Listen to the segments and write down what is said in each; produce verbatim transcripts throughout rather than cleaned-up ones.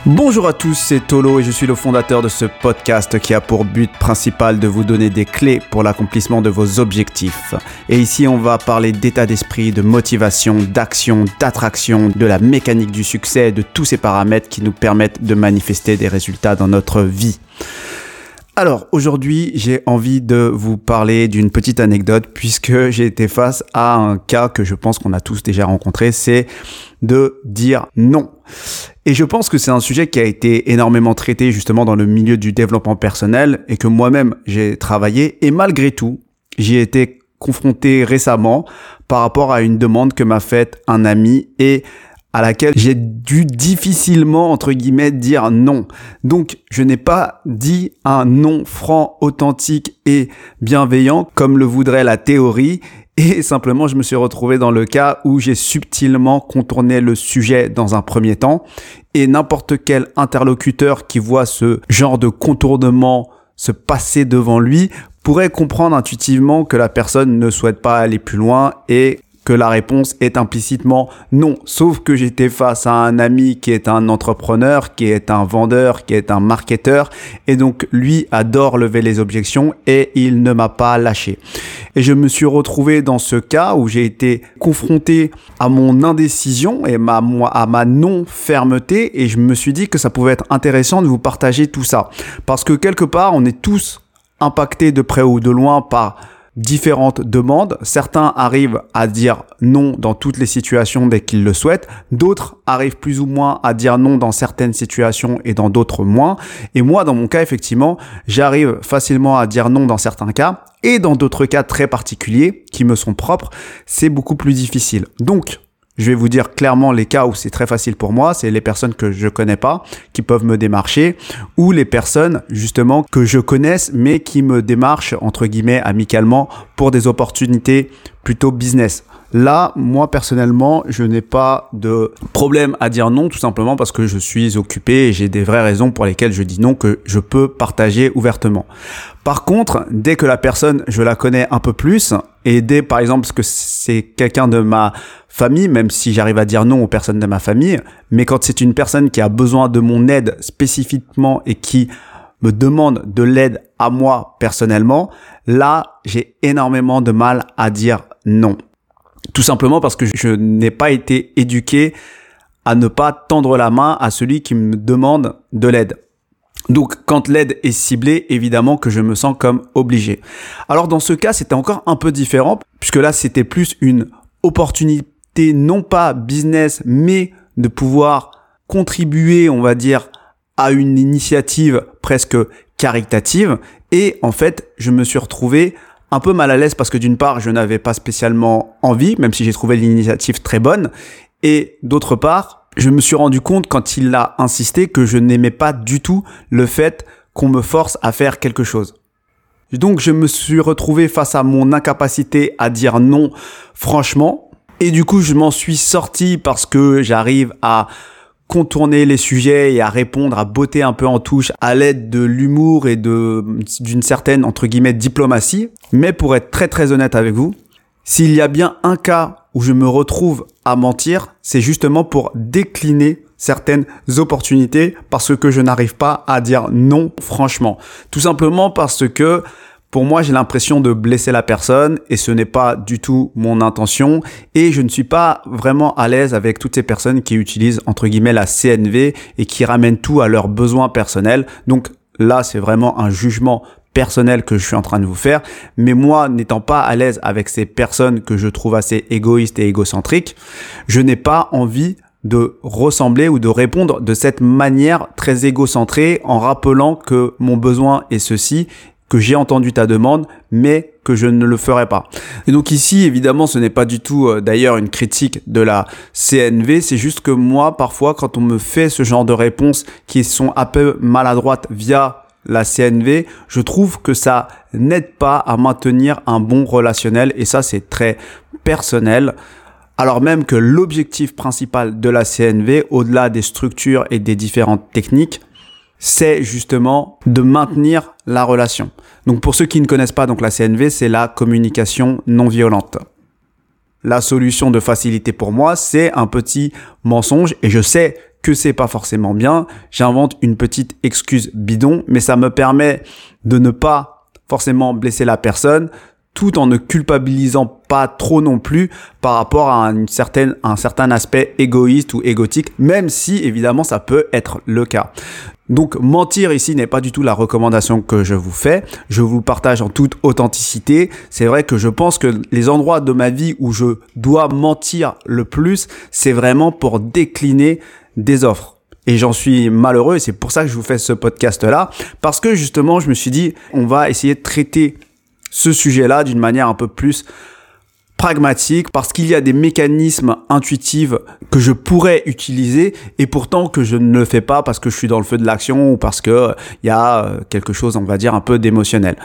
Bonjour à tous, c'est Tolo et je suis le fondateur de ce podcast qui a pour but principal de vous donner des clés pour l'accomplissement de vos objectifs. Et ici, on va parler d'état d'esprit, de motivation, d'action, d'attraction, de la mécanique du succès et de tous ces paramètres qui nous permettent de manifester des résultats dans notre vie. Alors, aujourd'hui, j'ai envie de vous parler d'une petite anecdote puisque j'ai été face à un cas que je pense qu'on a tous déjà rencontré, c'est de dire non. Et je pense que c'est un sujet qui a été énormément traité justement dans le milieu du développement personnel et que moi-même j'ai travaillé. Et malgré tout, j'y ai été confronté récemment par rapport à une demande que m'a faite un ami et à laquelle j'ai dû difficilement, entre guillemets, dire non. Donc, je n'ai pas dit un non franc, authentique et bienveillant comme le voudrait la théorie. Et simplement, je me suis retrouvé dans le cas où j'ai subtilement contourné le sujet dans un premier temps. Et n'importe quel interlocuteur qui voit ce genre de contournement se passer devant lui pourrait comprendre intuitivement que la personne ne souhaite pas aller plus loin et que la réponse est implicitement non. Sauf que j'étais face à un ami qui est un entrepreneur, qui est un vendeur, qui est un marketeur. Et donc, lui adore lever les objections et il ne m'a pas lâché. Et je me suis retrouvé dans ce cas où j'ai été confronté à mon indécision et ma, à ma non-fermeté. Et je me suis dit que ça pouvait être intéressant de vous partager tout ça. Parce que quelque part, on est tous impactés de près ou de loin par différentes demandes. Certains arrivent à dire non dans toutes les situations dès qu'ils le souhaitent. D'autres arrivent plus ou moins à dire non dans certaines situations et dans d'autres moins. Et moi, dans mon cas, effectivement, j'arrive facilement à dire non dans certains cas. Et dans d'autres cas très particuliers qui me sont propres, c'est beaucoup plus difficile. Donc, je vais vous dire clairement les cas où c'est très facile pour moi, c'est les personnes que je connais pas, qui peuvent me démarcher, ou les personnes justement que je connaisse, mais qui me démarchent entre guillemets amicalement pour des opportunités plutôt business. Là, moi personnellement, je n'ai pas de problème à dire non, tout simplement parce que je suis occupé et j'ai des vraies raisons pour lesquelles je dis non que je peux partager ouvertement. Par contre, dès que la personne, je la connais un peu plus, et dès par exemple que c'est quelqu'un de ma famille, même si j'arrive à dire non aux personnes de ma famille, mais quand c'est une personne qui a besoin de mon aide spécifiquement et qui me demande de l'aide à moi personnellement, là, j'ai énormément de mal à dire non. Tout simplement parce que je n'ai pas été éduqué à ne pas tendre la main à celui qui me demande de l'aide. Donc, quand l'aide est ciblée, évidemment que je me sens comme obligé. Alors, dans ce cas, c'était encore un peu différent, puisque là, c'était plus une opportunité, non pas business, mais de pouvoir contribuer, on va dire, à une initiative presque caritative. Et en fait, je me suis retrouvé un peu mal à l'aise parce que d'une part, je n'avais pas spécialement envie, même si j'ai trouvé l'initiative très bonne. Et d'autre part, je me suis rendu compte quand il a insisté que je n'aimais pas du tout le fait qu'on me force à faire quelque chose. Donc, je me suis retrouvé face à mon incapacité à dire non franchement. Et du coup, je m'en suis sorti parce que j'arrive à contourner les sujets et à répondre, à botter un peu en touche à l'aide de l'humour et de d'une certaine, entre guillemets, diplomatie. Mais pour être très très honnête avec vous, s'il y a bien un cas où je me retrouve à mentir, c'est justement pour décliner certaines opportunités parce que je n'arrive pas à dire non franchement. Tout simplement parce que pour moi, j'ai l'impression de blesser la personne et ce n'est pas du tout mon intention et je ne suis pas vraiment à l'aise avec toutes ces personnes qui utilisent entre guillemets la C N V et qui ramènent tout à leurs besoins personnels. Donc là, c'est vraiment un jugement personnel que je suis en train de vous faire. Mais moi, n'étant pas à l'aise avec ces personnes que je trouve assez égoïstes et égocentriques, je n'ai pas envie de ressembler ou de répondre de cette manière très égocentrée en rappelant que mon besoin est ceci, que j'ai entendu ta demande, mais que je ne le ferai pas. Et donc ici, évidemment, ce n'est pas du tout euh, d'ailleurs une critique de la C N V, c'est juste que moi, parfois, quand on me fait ce genre de réponses qui sont un peu maladroites via la C N V, je trouve que ça n'aide pas à maintenir un bon relationnel et ça, c'est très personnel. Alors même que l'objectif principal de la C N V, au-delà des structures et des différentes techniques, c'est justement de maintenir la relation. Donc pour ceux qui ne connaissent pas, donc la C N V, c'est la communication non violente. La solution de facilité pour moi, c'est un petit mensonge et je sais que c'est pas forcément bien, j'invente une petite excuse bidon, mais ça me permet de ne pas forcément blesser la personne, tout en ne culpabilisant pas trop non plus par rapport à une certaine, un certain aspect égoïste ou égotique, même si évidemment ça peut être le cas. Donc mentir ici n'est pas du tout la recommandation que je vous fais, je vous partage en toute authenticité. C'est vrai que je pense que les endroits de ma vie où je dois mentir le plus, c'est vraiment pour décliner des offres. Et j'en suis malheureux et c'est pour ça que je vous fais ce podcast-là, parce que justement je me suis dit on va essayer de traiter ce sujet-là d'une manière un peu plus pragmatique, parce qu'il y a des mécanismes intuitifs que je pourrais utiliser et pourtant que je ne le fais pas parce que je suis dans le feu de l'action ou parce que euh, il y a quelque chose, on va dire, un peu d'émotionnel.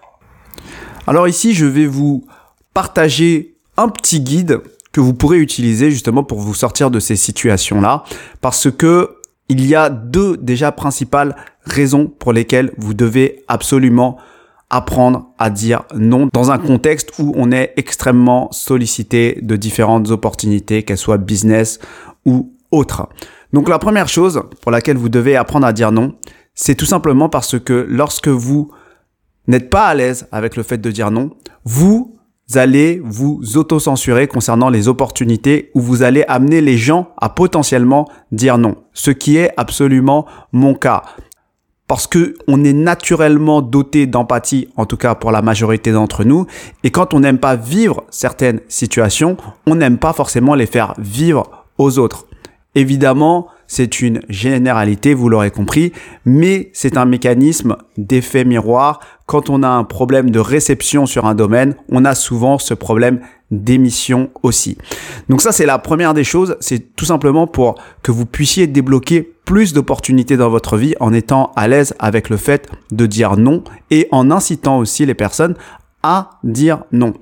Alors ici, je vais vous partager un petit guide que vous pourrez utiliser justement pour vous sortir de ces situations-là, parce que il y a deux déjà principales raisons pour lesquelles vous devez absolument apprendre à dire non dans un contexte où on est extrêmement sollicité de différentes opportunités, qu'elles soient business ou autres. Donc la première chose pour laquelle vous devez apprendre à dire non, c'est tout simplement parce que lorsque vous n'êtes pas à l'aise avec le fait de dire non, vous allez vous auto-censurer concernant les opportunités où vous allez amener les gens à potentiellement dire non, ce qui est absolument mon cas. Parce que on est naturellement doté d'empathie, en tout cas pour la majorité d'entre nous. Et quand on n'aime pas vivre certaines situations, on n'aime pas forcément les faire vivre aux autres. Évidemment, c'est une généralité, vous l'aurez compris, mais c'est un mécanisme d'effet miroir. Quand on a un problème de réception sur un domaine, on a souvent ce problème d'émission aussi. Donc ça, c'est la première des choses. C'est tout simplement pour que vous puissiez débloquer plus d'opportunités dans votre vie en étant à l'aise avec le fait de dire non et en incitant aussi les personnes à dire non.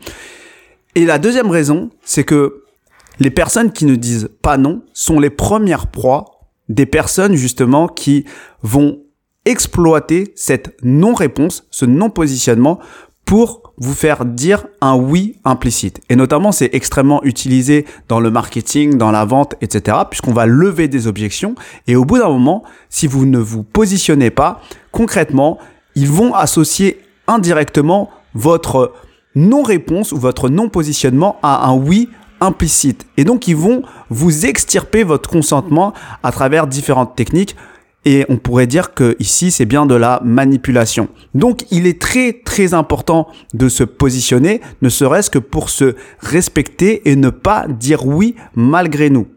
Et la deuxième raison, c'est que les personnes qui ne disent pas non sont les premières proies des personnes justement qui vont exploiter cette non-réponse, ce non-positionnement pour vous faire dire un oui implicite. Et notamment, c'est extrêmement utilisé dans le marketing, dans la vente, et cetera, puisqu'on va lever des objections. Et au bout d'un moment, si vous ne vous positionnez pas, concrètement, ils vont associer indirectement votre non-réponse ou votre non-positionnement à un oui implicite. Et donc, ils vont vous extirper votre consentement à travers différentes techniques. Et on pourrait dire que ici, c'est bien de la manipulation. Donc, il est très, très important de se positionner, ne serait-ce que pour se respecter et ne pas dire oui malgré nous.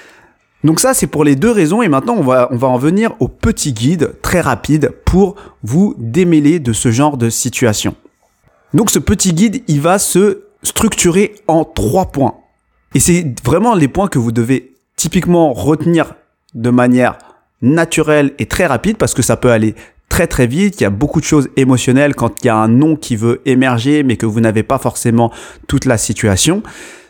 Donc ça, c'est pour les deux raisons. Et maintenant, on va, on va en venir au petit guide très rapide pour vous démêler de ce genre de situation. Donc, ce petit guide, il va se structurer en trois points. Et c'est vraiment les points que vous devez typiquement retenir de manière naturelle et très rapide parce que ça peut aller très très vite. Il y a beaucoup de choses émotionnelles quand il y a un non qui veut émerger mais que vous n'avez pas forcément toute la situation.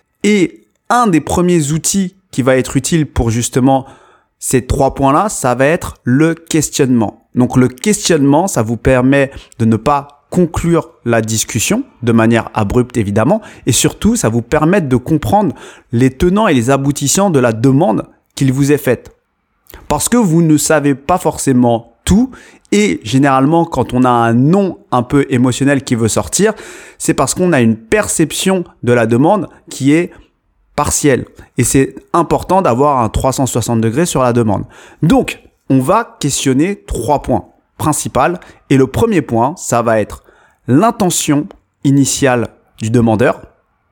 Et un des premiers outils qui va être utile pour justement ces trois points-là, ça va être le questionnement. Donc le questionnement, ça vous permet de ne pas conclure la discussion de manière abrupte évidemment et surtout ça vous permet de comprendre les tenants et les aboutissants de la demande qu'il vous est faite. Parce que vous ne savez pas forcément tout et généralement quand on a un non un peu émotionnel qui veut sortir, c'est parce qu'on a une perception de la demande qui est partielle et c'est important d'avoir un trois cent soixante degrés sur la demande. Donc, on va questionner trois points principaux et le premier point, ça va être l'intention initiale du demandeur.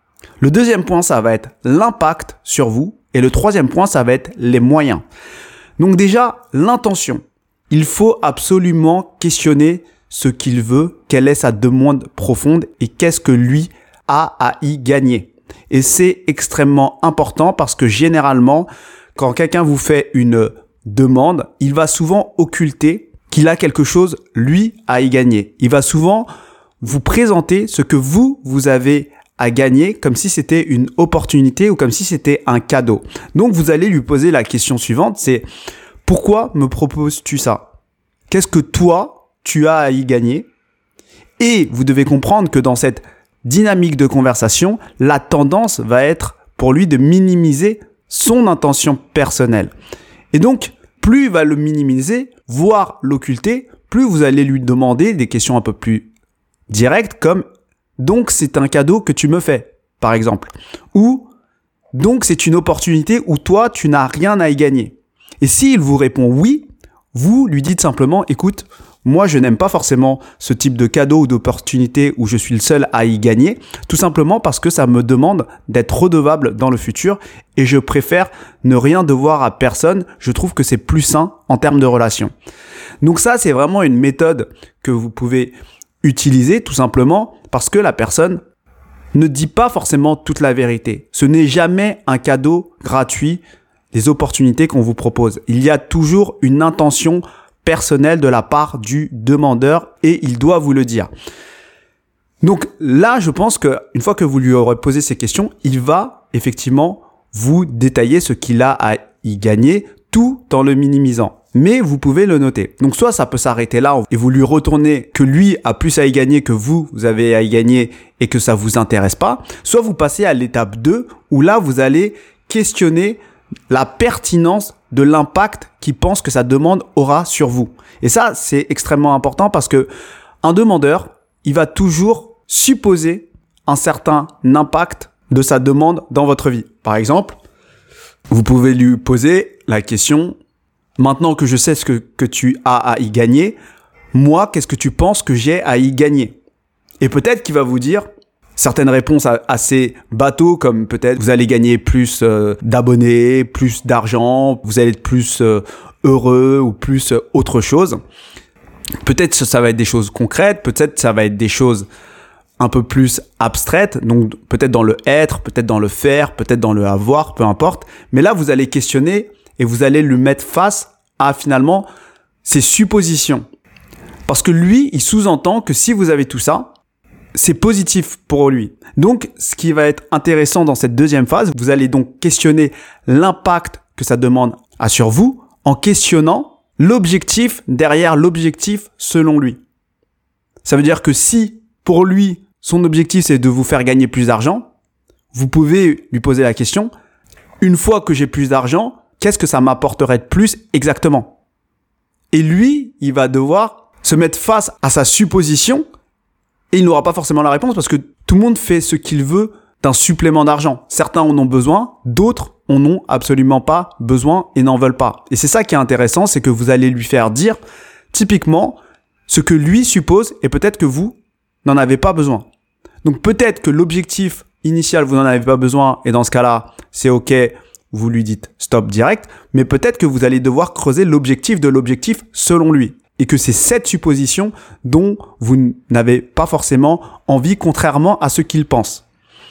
Le deuxième point, ça va être l'impact sur vous et le troisième point, ça va être les moyens. Donc déjà, l'intention. Il faut absolument questionner ce qu'il veut, quelle est sa demande profonde et qu'est-ce que lui a à y gagner. Et c'est extrêmement important parce que généralement, quand quelqu'un vous fait une demande, il va souvent occulter qu'il a quelque chose, lui, à y gagner. Il va souvent vous présenter ce que vous, vous avez à gagner comme si c'était une opportunité ou comme si c'était un cadeau. Donc, vous allez lui poser la question suivante, c'est « Pourquoi me proposes-tu ça ? Qu'est-ce que toi, tu as à y gagner ?» Et vous devez comprendre que dans cette dynamique de conversation, la tendance va être pour lui de minimiser son intention personnelle. Et donc, plus il va le minimiser, voire l'occulter, plus vous allez lui demander des questions un peu plus directes comme « donc c'est un cadeau que tu me fais », par exemple. Ou « donc c'est une opportunité où toi, tu n'as rien à y gagner ». Et s'il vous répond « oui », vous lui dites simplement « écoute, moi, je n'aime pas forcément ce type de cadeau ou d'opportunité où je suis le seul à y gagner, tout simplement parce que ça me demande d'être redevable dans le futur et je préfère ne rien devoir à personne. Je trouve que c'est plus sain en termes de relation. » Donc ça, c'est vraiment une méthode que vous pouvez utiliser tout simplement parce que la personne ne dit pas forcément toute la vérité. Ce n'est jamais un cadeau gratuit, les opportunités qu'on vous propose. Il y a toujours une intention personnel de la part du demandeur et il doit vous le dire. Donc là, je pense que une fois que vous lui aurez posé ces questions, il va effectivement vous détailler ce qu'il a à y gagner tout en le minimisant. Mais vous pouvez le noter. Donc soit ça peut s'arrêter là et vous lui retournez que lui a plus à y gagner que vous, vous avez à y gagner et que ça vous intéresse pas. Soit vous passez à l'étape deux où là, vous allez questionner la pertinence de l'impact qu'il pense que sa demande aura sur vous. Et ça, c'est extrêmement important parce que un demandeur, il va toujours supposer un certain impact de sa demande dans votre vie. Par exemple, vous pouvez lui poser la question « Maintenant que je sais ce que, que tu as à y gagner, moi, qu'est-ce que tu penses que j'ai à y gagner ?» Et peut-être qu'il va vous dire certaines réponses assez bateaux comme peut-être vous allez gagner plus euh, d'abonnés, plus d'argent, vous allez être plus euh, heureux ou plus euh, autre chose. Peut-être ça, ça va être des choses concrètes, peut-être ça va être des choses un peu plus abstraites, donc peut-être dans le être, peut-être dans le faire, peut-être dans le avoir, peu importe. Mais là, vous allez questionner et vous allez lui mettre face à finalement ses suppositions. Parce que lui, il sous-entend que si vous avez tout ça, c'est positif pour lui. Donc, ce qui va être intéressant dans cette deuxième phase, vous allez donc questionner l'impact que ça demande à sur vous en questionnant l'objectif derrière l'objectif selon lui. Ça veut dire que si, pour lui, son objectif c'est de vous faire gagner plus d'argent, vous pouvez lui poser la question, une fois que j'ai plus d'argent, qu'est-ce que ça m'apporterait de plus exactement? Et lui, il va devoir se mettre face à sa supposition. Et il n'aura pas forcément la réponse parce que tout le monde fait ce qu'il veut d'un supplément d'argent. Certains en ont besoin, d'autres en ont absolument pas besoin et n'en veulent pas. Et c'est ça qui est intéressant, c'est que vous allez lui faire dire typiquement ce que lui suppose et peut-être que vous n'en avez pas besoin. Donc peut-être que l'objectif initial, vous n'en avez pas besoin et dans ce cas-là, c'est OK, vous lui dites stop direct, mais peut-être que vous allez devoir creuser l'objectif de l'objectif selon lui. Et que c'est cette supposition dont vous n'avez pas forcément envie, contrairement à ce qu'il pense.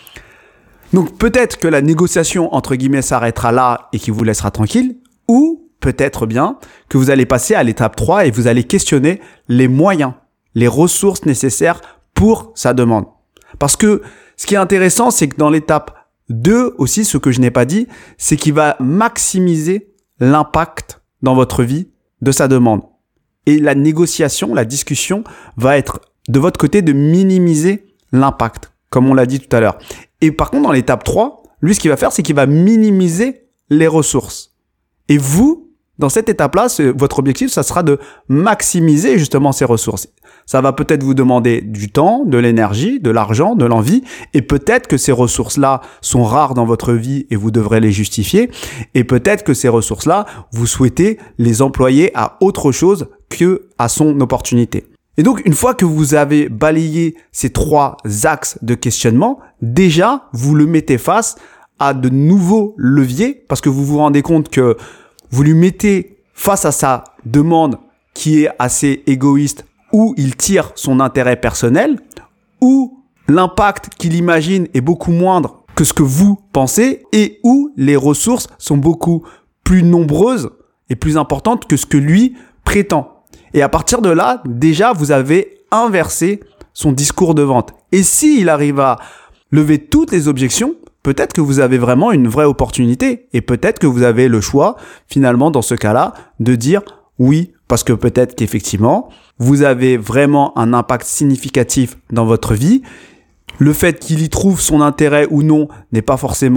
Donc peut-être que la négociation, entre guillemets, s'arrêtera là et qu'il vous laissera tranquille, ou peut-être bien que vous allez passer à l'étape trois et vous allez questionner les moyens, les ressources nécessaires pour sa demande. Parce que ce qui est intéressant, c'est que dans l'étape deux aussi, ce que je n'ai pas dit, c'est qu'il va maximiser l'impact dans votre vie de sa demande. Et la négociation, la discussion va être de votre côté de minimiser l'impact, comme on l'a dit tout à l'heure. Et par contre, dans l'étape trois, lui, ce qu'il va faire, c'est qu'il va minimiser les ressources. Et vous, dans cette étape-là, votre objectif, ça sera de maximiser justement ces ressources. Ça va peut-être vous demander du temps, de l'énergie, de l'argent, de l'envie. Et peut-être que ces ressources-là sont rares dans votre vie et vous devrez les justifier. Et peut-être que ces ressources-là, vous souhaitez les employer à autre chose que à son opportunité. Et donc, une fois que vous avez balayé ces trois axes de questionnement, déjà, vous le mettez face à de nouveaux leviers parce que vous vous rendez compte que vous lui mettez face à sa demande qui est assez égoïste, où il tire son intérêt personnel, où l'impact qu'il imagine est beaucoup moindre que ce que vous pensez et où les ressources sont beaucoup plus nombreuses et plus importantes que ce que lui prétend. Et à partir de là, déjà, vous avez inversé son discours de vente. Et s'il arrive à lever toutes les objections, peut-être que vous avez vraiment une vraie opportunité et peut-être que vous avez le choix, finalement, dans ce cas-là, de dire oui, parce que peut-être qu'effectivement, vous avez vraiment un impact significatif dans votre vie. Le fait qu'il y trouve son intérêt ou non n'est pas forcément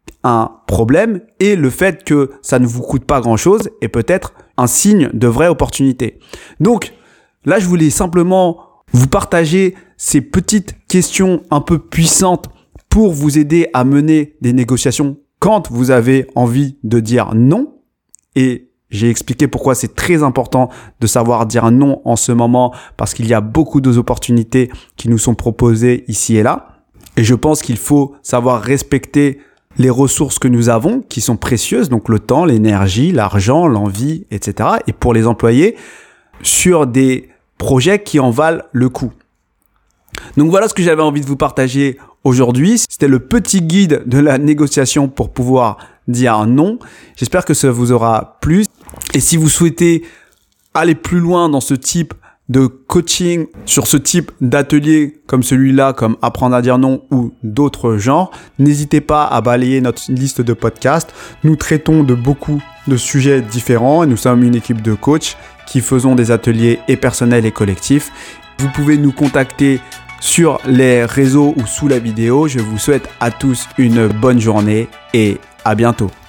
un problème et le fait que ça ne vous coûte pas grand-chose est peut-être un signe de vraie opportunité. Donc là, je voulais simplement vous partager ces petites questions un peu puissantes pour vous aider à mener des négociations quand vous avez envie de dire non. Et j'ai expliqué pourquoi c'est très important de savoir dire non en ce moment, parce qu'il y a beaucoup d'opportunités qui nous sont proposées ici et là. Et je pense qu'il faut savoir respecter les ressources que nous avons, qui sont précieuses, donc le temps, l'énergie, l'argent, l'envie, et cetera. Et pour les employés, sur des projets qui en valent le coup. Donc voilà ce que j'avais envie de vous partager aujourd'hui. C'était le petit guide de la négociation pour pouvoir dire non. J'espère que ça vous aura plu. Et si vous souhaitez aller plus loin dans ce type de coaching, sur ce type d'atelier comme celui-là, comme apprendre à dire non ou d'autres genres, n'hésitez pas à balayer notre liste de podcasts. Nous traitons de beaucoup de sujets différents et nous sommes une équipe de coachs qui faisons des ateliers et personnels et collectifs. Vous pouvez nous contacter sur les réseaux ou sous la vidéo. Je vous souhaite à tous une bonne journée et à bientôt.